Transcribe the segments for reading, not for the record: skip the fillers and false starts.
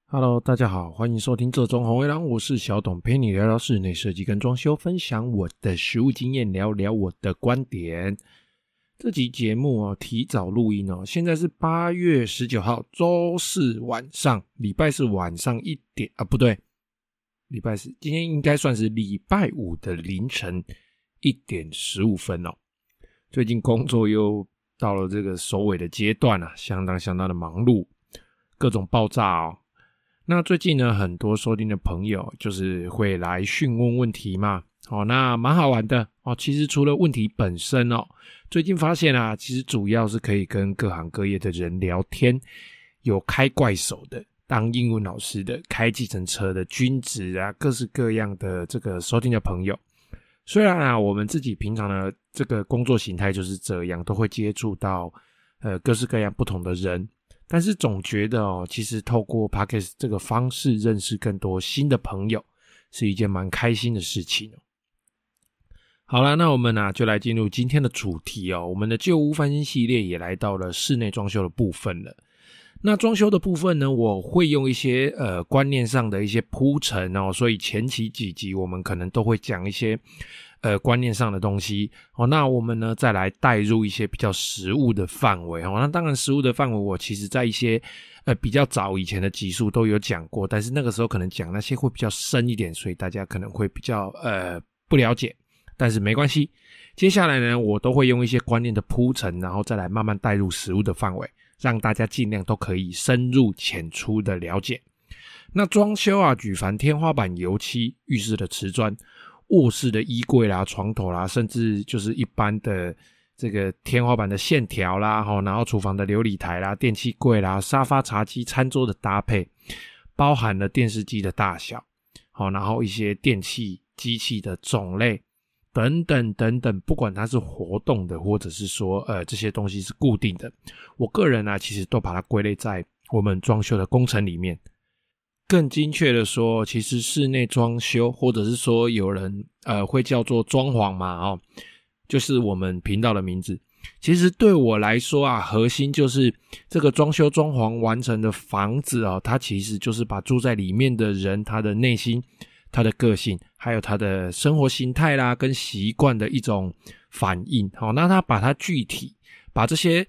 Hello， 大家好，欢迎收听这中红卫狼，我是小董，陪你聊聊室内设计跟装修，分享我的实务经验，聊聊我的观点。这集节目提早录音现在是8月19号周四晚上，礼拜四晚上1点不对，礼拜四，今天应该算是礼拜五的凌晨1点15分最近工作又到了这个收尾的阶段相当的忙碌，各种爆炸那最近呢，很多收听的朋友就是会来询问问题嘛，那蛮好玩的其实除了问题本身最近发现其实主要是可以跟各行各业的人聊天，有开怪手的，当英文老师的，开计程车的，军职各式各样的这个收听的朋友。虽然我们自己平常的这个工作形态就是这样，都会接触到各式各样不同的人。但是总觉得其实透过 Podcast 这个方式认识更多新的朋友是一件蛮开心的事情好啦，那我们就来进入今天的主题我们的旧屋翻新系列也来到了室内装修的部分了。那装修的部分呢，我会用一些观念上的一些铺陈所以前期几集我们可能都会讲一些观念上的东西那我们呢再来带入一些比较实务的范围那当然实务的范围我其实在一些比较早以前的集数都有讲过，但是那个时候可能讲那些会比较深一点，所以大家可能会比较不了解，但是没关系，接下来呢我都会用一些观念的铺陈，然后再来慢慢带入实务的范围，让大家尽量都可以深入浅出的了解。那装修举凡天花板油漆、浴室的瓷砖、卧室的衣柜啦、床头啦，甚至就是一般的这个天花板的线条啦然后厨房的流理台啦、电器柜啦、沙发、茶几、餐桌的搭配，包含了电视机的大小然后一些电器机器的种类等等等等，不管它是活动的或者是说这些东西是固定的，我个人其实都把它归类在我们装修的工程里面。更精确的说，其实室内装修或者是说有人会叫做装潢嘛就是我们频道的名字。其实对我来说核心就是这个装修装潢完成的房子它其实就是把住在里面的人他的内心、他的个性还有他的生活形态啦跟习惯的一种反应那他把它具体把这些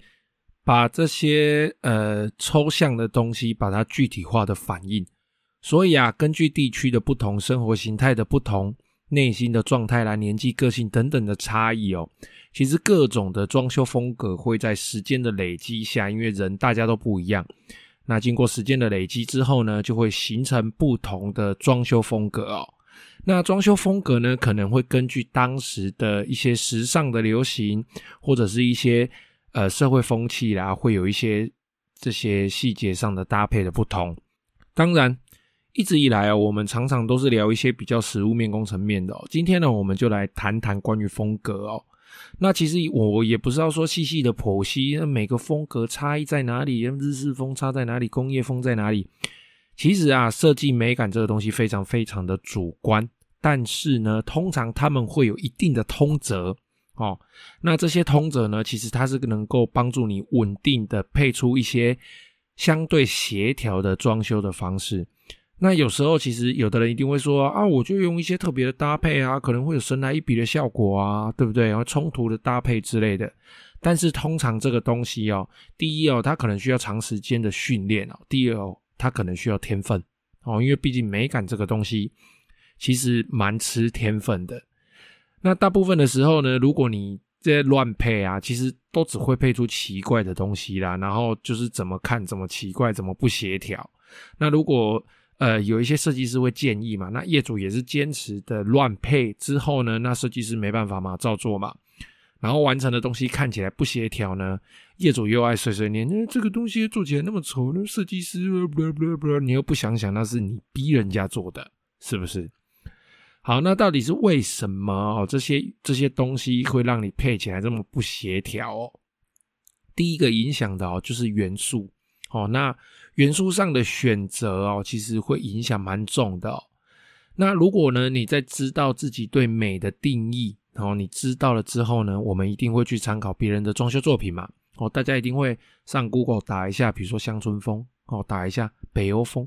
抽象的东西把它具体化的反应，所以根据地区的不同、生活形态的不同、内心的状态啦、年纪、个性等等的差异其实各种的装修风格会在时间的累积下，因为人大家都不一样，那经过时间的累积之后呢，就会形成不同的装修风格那装修风格呢，可能会根据当时的一些时尚的流行，或者是一些社会风气啦，会有一些这些细节上的搭配的不同。当然一直以来我们常常都是聊一些比较实务面工程面的今天呢我们就来谈谈关于风格那其实我也不是要说细细的剖析每个风格差异在哪里，日式风差在哪里，工业风在哪里。其实设计美感这个东西非常非常的主观，但是呢通常他们会有一定的通则那这些通则呢，其实它是能够帮助你稳定的配出一些相对协调的装修的方式。那有时候其实有的人一定会说我就用一些特别的搭配可能会有神来一笔的效果对不对？然後冲突的搭配之类的。但是通常这个东西第一它可能需要长时间的训练第二它可能需要天分因为毕竟美感这个东西其实蛮吃天分的。那大部分的时候呢，如果你这些乱配其实都只会配出奇怪的东西啦，然后就是怎么看怎么奇怪，怎么不协调。那如果有一些设计师会建议嘛，那业主也是坚持的乱配之后呢，那设计师没办法嘛，照做嘛，然后完成的东西看起来不协调呢，业主又爱碎碎念这个东西做起来那么丑，那设计师你又不想想那是你逼人家做的，是不是？好，那到底是为什么这些东西会让你配起来这么不协调第一个影响的就是元素那元素上的选择其实会影响蛮重的那如果呢你在知道自己对美的定义你知道了之后呢，我们一定会去参考别人的装修作品嘛大家一定会上 Google 打一下比如说乡村风打一下北欧风，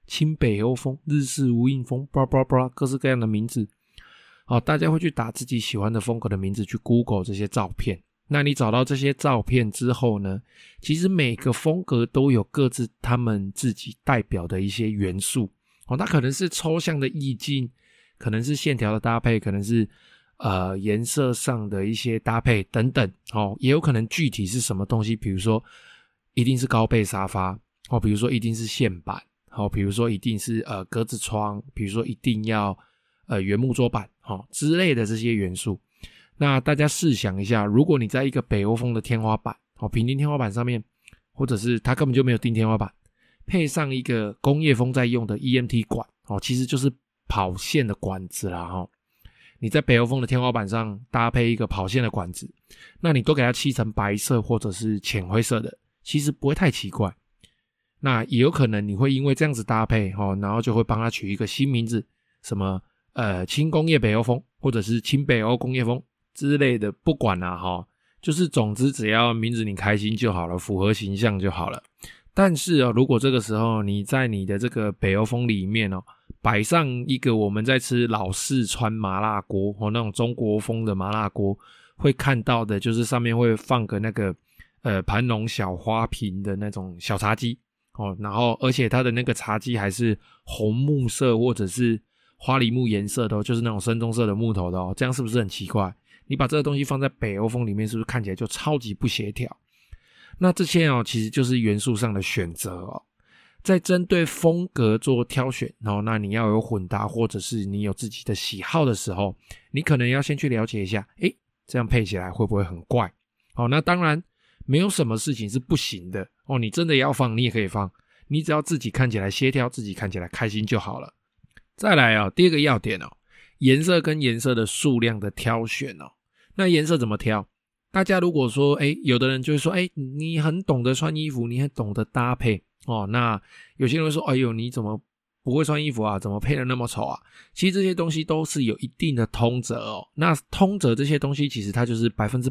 轻北欧风、日式无印风，各式各样的名字。大家会去打自己喜欢的风格的名字去 Google 这些照片。那你找到这些照片之后呢，其实每个风格都有各自他们自己代表的一些元素。它可能是抽象的意境，可能是线条的搭配，可能是颜色上的一些搭配等等。也有可能具体是什么东西，比如说一定是高背沙发，比如说一定是线板，比如说一定是格子窗，比如说一定要原木桌板之类的这些元素。那大家试想一下，如果你在一个北欧风的天花板，平钉天花板上面，或者是它根本就没有钉天花板，配上一个工业风在用的 EMT 管，其实就是跑线的管子啦。你在北欧风的天花板上搭配一个跑线的管子，那你都给它漆成白色或者是浅灰色的，其实不会太奇怪。那也有可能你会因为这样子搭配，然后就会帮它取一个新名字，什么轻工业北欧风，或者是轻北欧工业风之类的，不管啦就是总之只要名字你开心就好了，符合形象就好了。但是如果这个时候你在你的这个北欧风里面摆上一个我们在吃老四川麻辣锅那种中国风的麻辣锅，会看到的就是上面会放个那个盘龙小花瓶的那种小茶几然后而且它的那个茶几还是红木色或者是花梨木颜色的就是那种深棕色的木头的这样是不是很奇怪？你把这个东西放在北欧风里面，是不是看起来就超级不协调？那这些其实就是元素上的选择在针对风格做挑选那你要有混搭或者是你有自己的喜好的时候，你可能要先去了解一下这样配起来会不会很怪那当然没有什么事情是不行的你真的要放你也可以放，你只要自己看起来协调，自己看起来开心就好了。再来第二个要点颜色跟颜色的数量的挑选那颜色怎么挑？大家如果说有的人就会说你很懂得穿衣服，你很懂得搭配那有些人会说哎呦你怎么不会穿衣服啊，怎么配得那么丑啊？其实这些东西都是有一定的通则那通则这些东西其实它就是 80%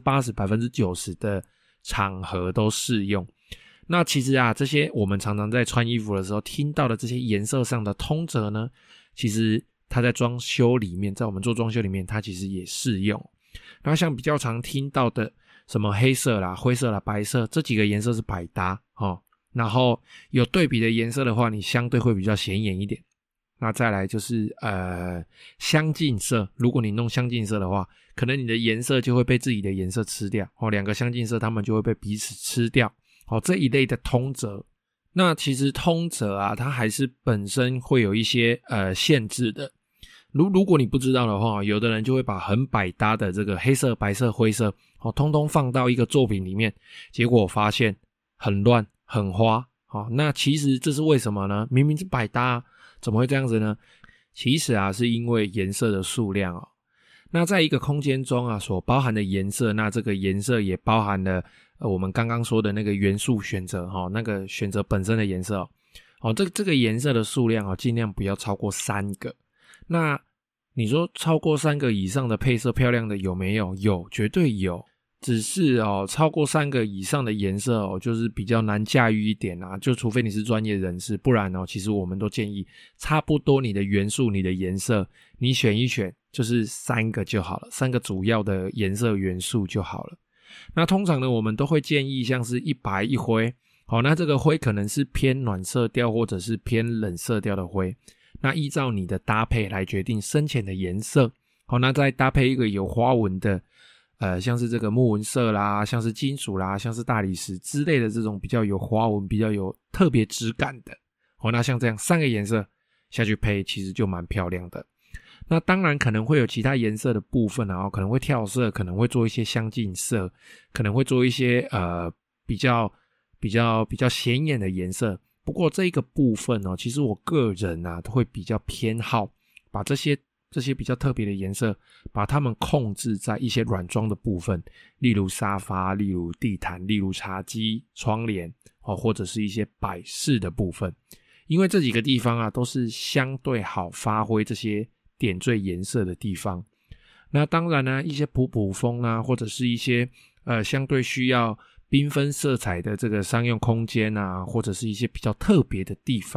90% 的场合都适用。那其实这些我们常常在穿衣服的时候听到的这些颜色上的通则呢，其实它在装修里面，在我们做装修里面它其实也适用。然后像比较常听到的什么黑色啦、灰色啦、白色，这几个颜色是百搭然后有对比的颜色的话，你相对会比较显眼一点。那再来就是相近色，如果你弄相近色的话，可能你的颜色就会被自己的颜色吃掉两个相近色它们就会被彼此吃掉这一类的通则。那其实通则它还是本身会有一些限制的。如果你不知道的话，有的人就会把很百搭的这个黑色、白色、灰色通通放到一个作品里面，结果发现很乱很花那其实这是为什么呢？明明是百搭怎么会这样子呢？其实是因为颜色的数量那在一个空间中所包含的颜色，那这个颜色也包含了我们刚刚说的那个元素选择那个选择本身的颜色这个颜色的数量尽量不要超过3个。那你说超过3个以上的配色漂亮的有没有？有，绝对有。只是超过3个以上的颜色就是比较难驾驭一点就除非你是专业人士，不然其实我们都建议差不多你的元素、你的颜色你选一选，就是3个就好了，3个主要的颜色元素就好了。那通常呢，我们都会建议像是一白一灰那这个灰可能是偏暖色调或者是偏冷色调的灰，那依照你的搭配来决定深浅的颜色那再搭配一个有花纹的像是这个木纹色啦，像是金属啦，像是大理石之类的这种比较有花纹、比较有特别质感的那像这样3个颜色下去配，其实就蛮漂亮的。那当然可能会有其他颜色的部分可能会跳色，可能会做一些相近色，可能会做一些比较显眼的颜色。不过这一个部分其实我个人都会比较偏好把这些比较特别的颜色把它们控制在一些软装的部分，例如沙发，例如地毯，例如茶几、窗帘或者是一些摆饰的部分。因为这几个地方都是相对好发挥这些点缀颜色的地方。那当然呢，一些普风或者是一些相对需要缤纷色彩的这个商用空间或者是一些比较特别的地方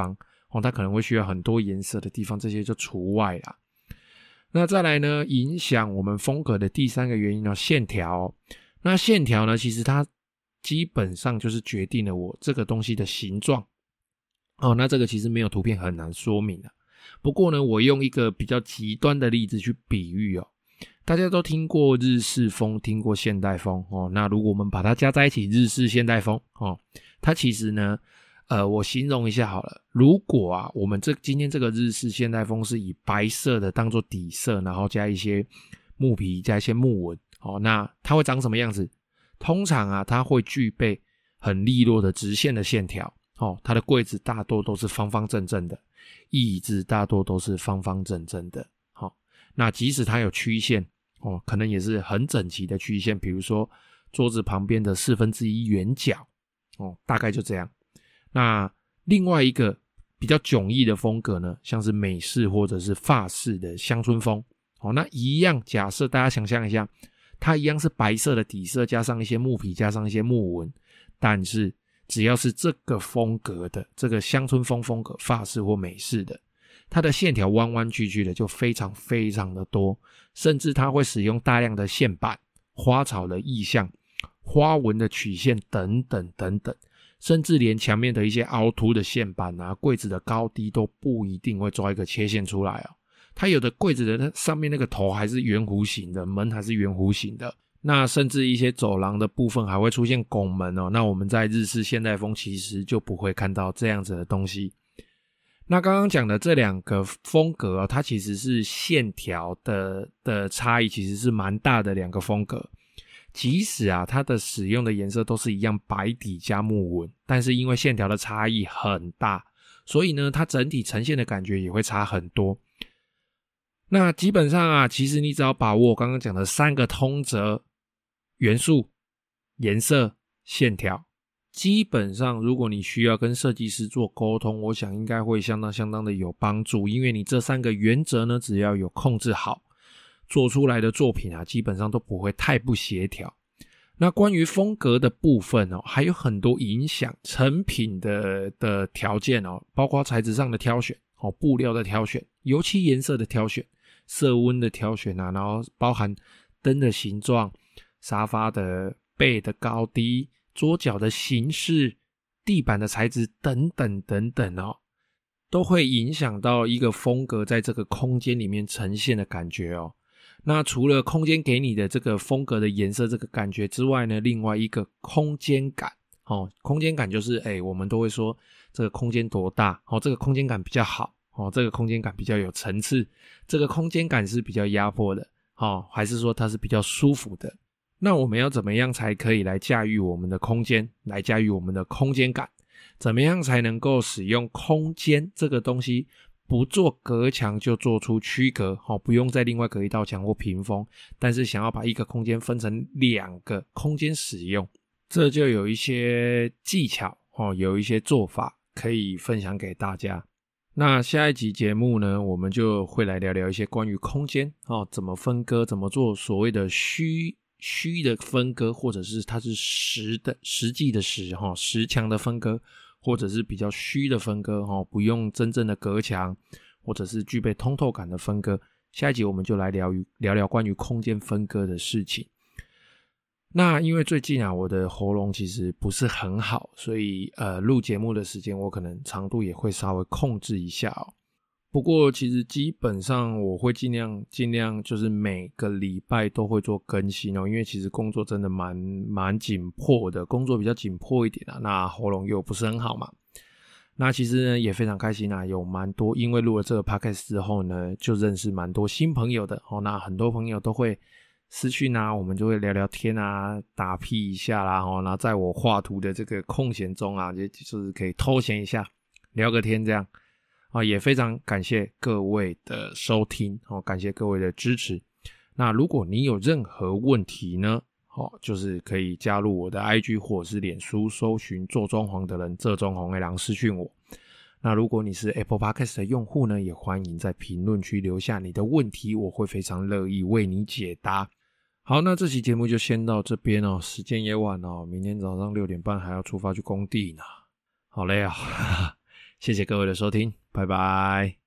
它可能会需要很多颜色的地方，这些就除外啦。那再来呢，影响我们风格的第三个原因呢，线条。那线条呢，其实它基本上就是决定了我这个东西的形状。那这个其实没有图片很难说明啊。不过呢，我用一个比较极端的例子去比喻大家都听过日式风，听过现代风那如果我们把它加在一起，日式现代风它其实呢我形容一下好了，如果我们今天这个日式现代风是以白色的当做底色，然后加一些木皮，加一些木纹那它会长什么样子？通常它会具备很利落的直线的线条它的柜子大多都是方方正正的，椅子大多都是方方正正的那即使它有曲线可能也是很整齐的曲线，比如说桌子旁边的1/4圆角大概就这样。那另外一个比较迥异的风格呢，像是美式或者是法式的乡村风那一样，假设大家想象一下，它一样是白色的底色，加上一些木皮，加上一些木纹，但是只要是这个风格的，这个乡村风格，法式或美式的，它的线条弯弯曲曲的就非常非常的多，甚至它会使用大量的线板、花草的意象、花纹的曲线等等等等，甚至连墙面的一些凹凸的线板柜子的高低都不一定会抓一个切线出来它有的柜子的上面那个头还是圆弧形的，门还是圆弧形的，那甚至一些走廊的部分还会出现拱门那我们在日式现代风其实就不会看到这样子的东西。那刚刚讲的这两个风格它其实是线条的差异，其实是蛮大的两个风格。即使它的使用的颜色都是一样白底加木纹，但是因为线条的差异很大，所以呢它整体呈现的感觉也会差很多。那基本上其实你只要把握我刚刚讲的3个通则：元素、颜色、线条，基本上如果你需要跟设计师做沟通，我想应该会相当的有帮助，因为你这3个原则呢，只要有控制好，做出来的作品基本上都不会太不协调。那关于风格的部分还有很多影响成品的条件包括材质上的挑选布料的挑选、油漆颜色的挑选、色温的挑选然后包含灯的形状、沙发的背的高低、桌角的形式、地板的材质等等等等都会影响到一个风格在这个空间里面呈现的感觉那除了空间给你的这个风格的颜色这个感觉之外呢，另外一个空间感空间感就是我们都会说这个空间多大这个空间感比较好这个空间感比较有层次，这个空间感是比较压迫的还是说它是比较舒服的。那我们要怎么样才可以来驾驭我们的空间，来驾驭我们的空间感？怎么样才能够使用空间这个东西不做隔墙就做出区隔不用再另外隔一道墙或屏风，但是想要把一个空间分成2个空间使用，这就有一些技巧有一些做法可以分享给大家。那下一集节目呢，我们就会来聊聊一些关于空间怎么分割，怎么做所谓的虚的分割，或者是它是实际的实墙的分割，或者是比较虚的分割不用真正的隔墙，或者是具备通透感的分割。下一集我们就来聊聊关于空间分割的事情。那因为最近我的喉咙其实不是很好，所以录节目的时间我可能长度也会稍微控制一下不过其实基本上我会尽量就是每个礼拜都会做更新因为其实工作真的蛮紧迫的，工作比较紧迫一点那喉咙又不是很好嘛。那其实呢也非常开心有蛮多因为录了这个 podcast 之后呢，就认识蛮多新朋友的那很多朋友都会私讯我们就会聊聊天打屁一下啦然后在我画图的这个空闲中就是可以偷闲一下，聊个天这样也非常感谢各位的收听感谢各位的支持。那如果你有任何问题呢就是可以加入我的 IG 或者是脸书搜寻做装潢的人这装潢的人私讯我。那如果你是 Apple Podcast 的用户呢，也欢迎在评论区留下你的问题，我会非常乐意为你解答。好，那这期节目就先到这边时间也晚明天早上6点半还要出发去工地呢，好累谢谢各位的收听，拜拜。